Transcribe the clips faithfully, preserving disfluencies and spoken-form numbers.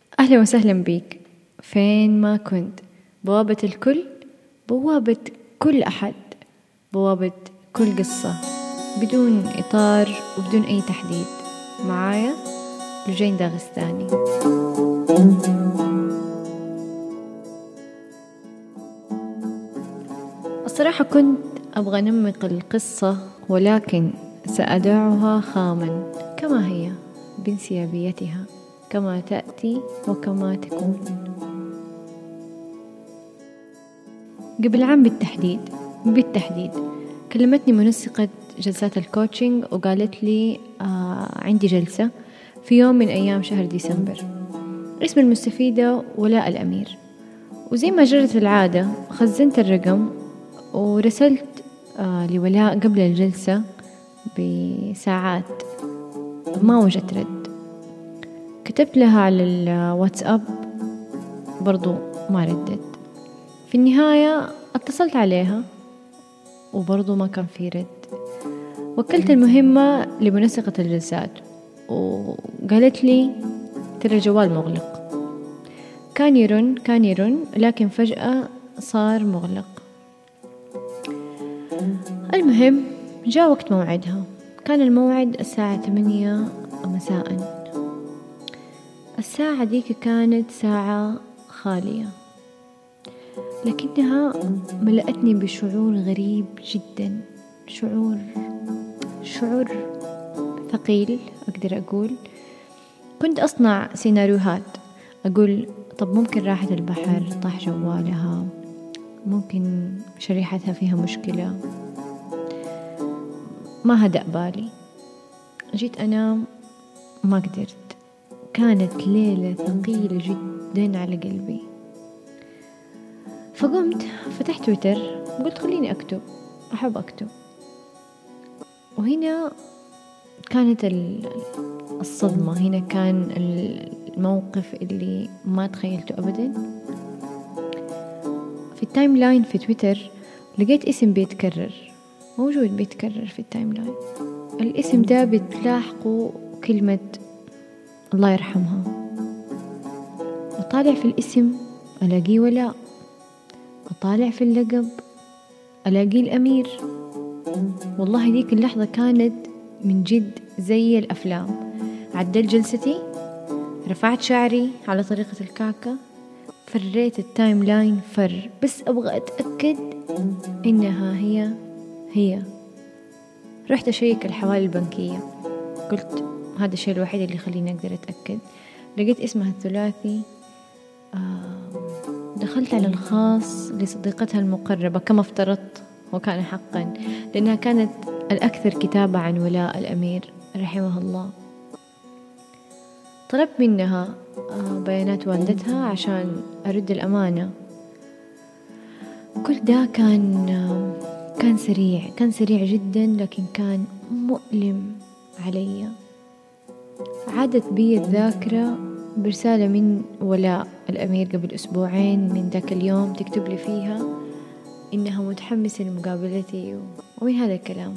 أهلا وسهلا بيك فين ما كنت. بوابة الكل، بوابة كل أحد، بوابة كل قصة بدون إطار وبدون أي تحديد. معايا لجين داغستاني. الصراحة كنت أبغى نمق القصة، ولكن سأدعها خاما كما هي بانسيابيتها، كما تأتي وكما تكون. قبل عام بالتحديد بالتحديد كلمتني منسقة جلسات الكوتشنج وقالت لي آه عندي جلسة في يوم من أيام شهر ديسمبر. اسم المستفيدة ولاء الأمير. وزي ما جرت العادة خزنت الرقم ورسلت آه لولاء قبل الجلسة بساعات، ما وجدت رد. كتبت لها على الواتساب برضو ما ردت. في النهاية اتصلت عليها وبرضو ما كان في رد. وكلت المهمة لمنسقة الجلسات وقالت لي ترى الجوال مغلق. كان يرن كان يرن لكن فجأة صار مغلق. المهم جاء وقت موعدها. كان الموعد الساعة ثمانية مساء. الساعة ديك كانت ساعة خالية، لكنها ملأتني بشعور غريب جدا. شعور شعور ثقيل أقدر أقول. كنت أصنع سيناريوهات، أقول طب ممكن راحت البحر، طاح جوالها، ممكن شريحتها فيها مشكلة. ما هدأ بالي. جيت أنام ما قدرت. كانت ليلة ثقيلة جدا على قلبي. فقمت فتحت تويتر وقلت خليني أكتب، أحب أكتب. وهنا كانت الصدمة، هنا كان الموقف اللي ما تخيلته أبدا. في التايم لاين في تويتر لقيت اسم بيتكرر، موجود بيتكرر في التايم لاين. الاسم ده بتلاحقه كلمة الله يرحمها. أطالع في الاسم ألاقيه ولاء، أطالع في اللقب ألاقيه الأمير. والله ديك اللحظة كانت من جد زي الأفلام. عدلت جلستي، رفعت شعري على طريقة الكعكة، فريت التايم لاين فر، بس أبغى أتأكد إنها هي هي. رحت أشيك الحوالي البنكية، قلت هذا الشيء الوحيد اللي يخليني أقدر أتأكد. لقيت اسمها الثلاثي. دخلت على الخاص لصديقتها المقربة كما افترضت، وكان حقا، لأنها كانت الأكثر كتابة عن ولاء الأمير رحمه الله. طلبت منها بيانات والدتها عشان أرد الأمانة. كل ده كان كان سريع كان سريع جدا، لكن كان مؤلم علي. عادت بي الذاكرة برسالة من ولاء الأمير قبل أسبوعين من ذاك اليوم، تكتب لي فيها إنها متحمسة لمقابلتي ومن هذا الكلام.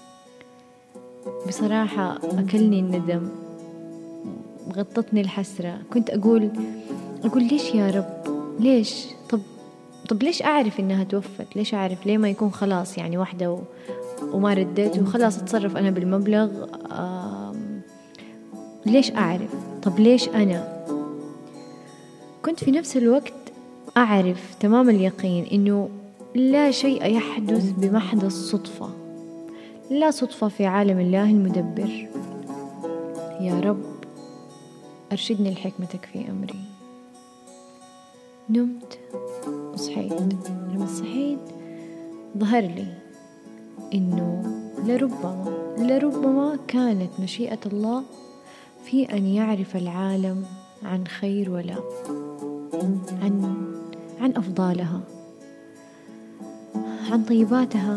بصراحة أكلني الندم، غطتني الحسرة. كنت أقول أقول ليش يا رب، ليش؟ طب طب ليش أعرف إنها توفت؟ ليش أعرف؟ ليه ما يكون خلاص يعني واحدة و... وما رديت وخلاص أتصرف أنا بالمبلغ؟ آم... ليش أعرف؟ طب ليش أنا؟ كنت في نفس الوقت أعرف تمام اليقين إنه لا شيء يحدث بمحض الصدفة، لا صدفة في عالم الله المدبر. يا رب أرشدني لحكمتك في أمري. نمت وصحيت. لما صحيت ظهر لي إنه لربما لربما كانت مشيئة الله في أن يعرف العالم عن خير ولا عن عن أفضالها، عن طيباتها.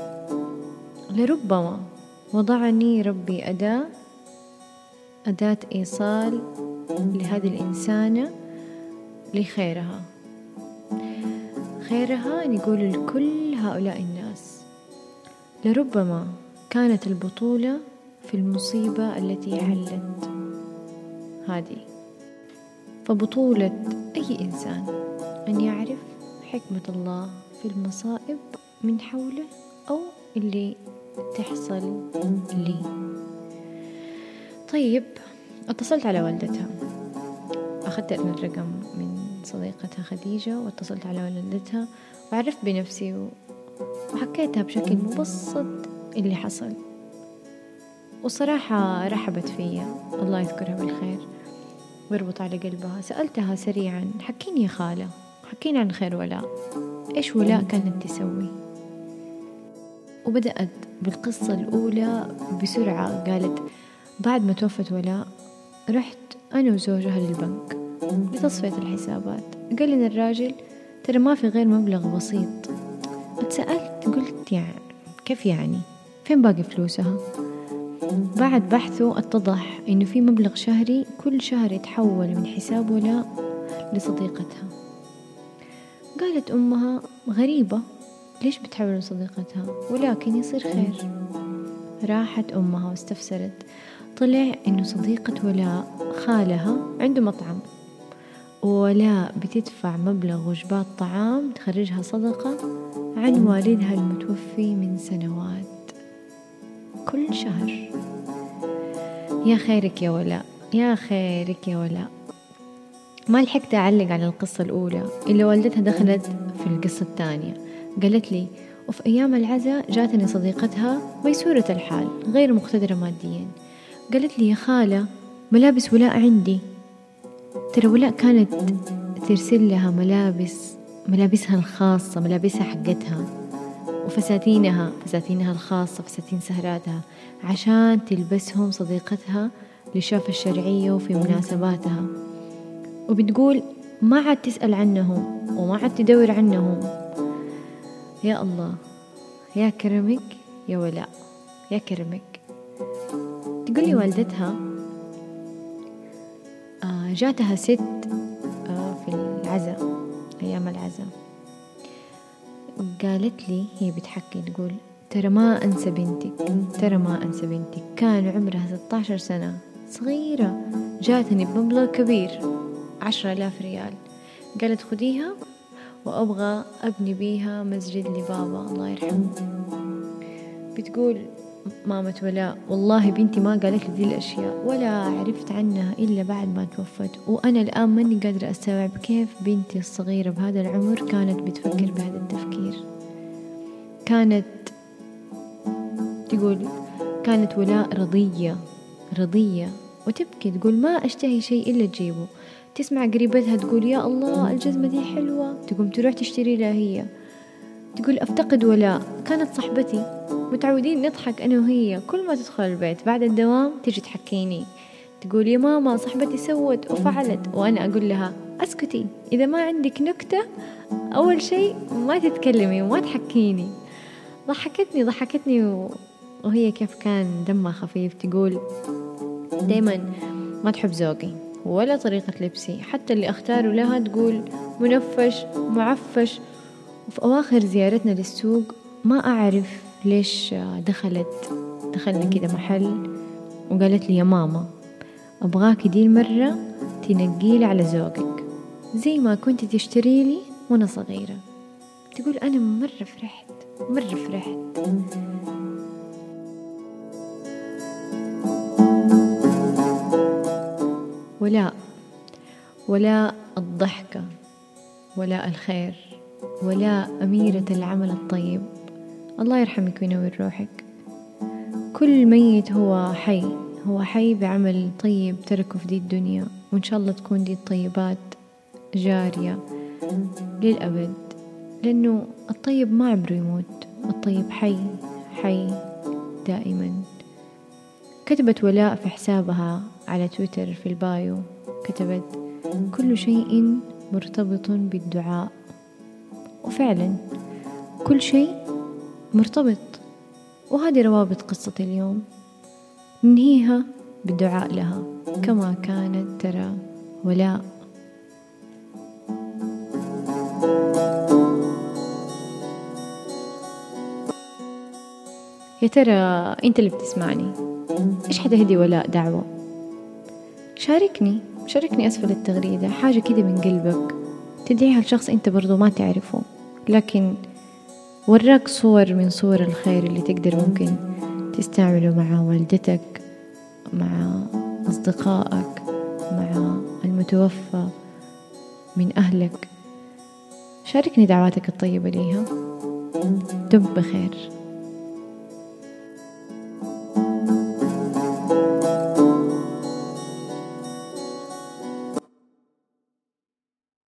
لربما وضعني ربي أداة أداة إيصال لهذه الإنسانة لخيرها. خيرها نقول لكل هؤلاء الناس. لربما كانت البطولة في المصيبة التي حلت هذه. فبطولة أي إنسان أن يعرف حكمة الله في المصائب من حوله أو اللي تحصل لي. طيب، اتصلت على والدتها، أخذت الرقم من صديقتها خديجة واتصلت على والدتها وعرفت بنفسي وحكيتها بشكل مبسط اللي حصل، وصراحة رحبت فيا، الله يذكرها بالخير ويربط على قلبها. سألتها سريعا: حكيني يا خالة، حكيني عن خير ولاء، إيش ولاء كانت تسوي؟ وبدأت بالقصة الأولى بسرعة. قالت: بعد ما توفت ولاء رحت أنا وزوجها للبنك لتصفية الحسابات. قال لنا الراجل: ترى ما في غير مبلغ بسيط. اتسألت قلت: يعني كيف يعني؟ فين باقي فلوسها؟ بعد بحثه اتضح إنه في مبلغ شهري كل شهر يتحول من حساب ولاء لصديقتها. قالت أمها: غريبة، ليش بتحول لصديقتها؟ ولكن يصير خير. راحت أمها واستفسرت، طلع إنه صديقة ولاء خالها عنده مطعم، وولاء بتدفع مبلغ وجبات طعام تخرجها صدقة عن والدها المتوفي من سنوات كل شهر. يا خيرك يا ولاء، يا خيرك يا ولاء. ما لحقت أعلق على القصة الأولى إلا والدتها دخلت في القصة الثانية. قالت لي: وفي أيام العزاء جاتني صديقتها ميسورة الحال غير مقتدرة ماديا. قالت لي: يا خالة، ملابس ولاء عندي. ترى ولاء كانت ترسل لها ملابس ملابسها الخاصة، ملابسها حقتها، وفساتينها فساتينها الخاصة، فساتين سهراتها، عشان تلبسهم صديقتها للشافة الشرعية وفي مناسباتها. وبتقول ما عاد تسأل عنهم وما عاد تدور عنهم. يا الله، يا كرمك يا ولاء، يا كرمك. تقولي والدتها آه جاتها ست آه في العزاء، أيام العزاء. قالت لي، هي بتحكي تقول: ترى ما أنسى بنتك، ترى ما أنسى بنتك، كان عمرها ستة عشر سنة، صغيرة، جاتني بمبلغ كبير، عشرة آلاف ريال. قالت: خديها وأبغى أبني بيها مسجد لبابا الله يرحمه. بتقول مامة ولاء: والله بنتي ما قالت لي دي الأشياء ولا عرفت عنها إلا بعد ما توفت، وأنا الآن ماني قادرة أستوعب كيف بنتي الصغيرة بهذا العمر كانت بتفكر بهذا التفكير. كانت تقول كانت ولاء رضية رضية وتبكي، تقول ما أشتهي شيء إلا تجيبه. تسمع قريبتها تقول: يا الله الجزمة دي حلوة، تقوم تروح تشتري لها هي. تقول: أفتقد ولاء، كانت صاحبتي، متعودين نضحك أنا وهي، كل ما تدخل البيت بعد الدوام تيجي تحكيني، تقول: يا ماما صاحبتي سوت وفعلت، وأنا أقول لها: أسكتي، إذا ما عندك نكتة أول شيء ما تتكلمي وما تحكيني. ضحكتني ضحكتني وهي كيف كان دمها خفيف. تقول: دايما ما تحب ذوقي ولا طريقة لبسي، حتى اللي أختاره لها تقول منفش معفش. وفي أواخر زيارتنا للسوق ما أعرف ليش دخلت دخلنا كده محل وقالت لي: يا ماما أبغاك دي المرة تنقيلي على ذوقك زي ما كنت تشتري لي وأنا صغيرة. تقول: أنا مرة فرحت مرة فرحت. ولاء ولاء الضحكة، ولاء الخير، ولاء أميرة العمل الطيب، الله يرحمك وينور روحك. كل ميت هو حي، هو حي بعمل طيب تركه في دي الدنيا، وإن شاء الله تكون دي الطيبات جارية للأبد، لأنه الطيب ما عمره يموت، الطيب حي حي دائما. كتبت ولاء في حسابها على تويتر في البايو، كتبت: كل شيء مرتبط بالدعاء. وفعلا كل شيء مرتبط. وهذه روابط قصة اليوم، ننهيها بالدعاء لها كما كانت ترى ولاء. يا ترى أنت اللي بتسمعني إيش حتهدي ولاء دعوة؟ شاركني شاركني أسفل التغريدة حاجة كده من قلبك تدعيها لشخص أنت برضو ما تعرفه، لكن وراك صور من صور الخير اللي تقدر ممكن تستعمله مع والدتك، مع أصدقائك، مع المتوفى من أهلك. شاركني دعواتك الطيبة ليها. دم بخير.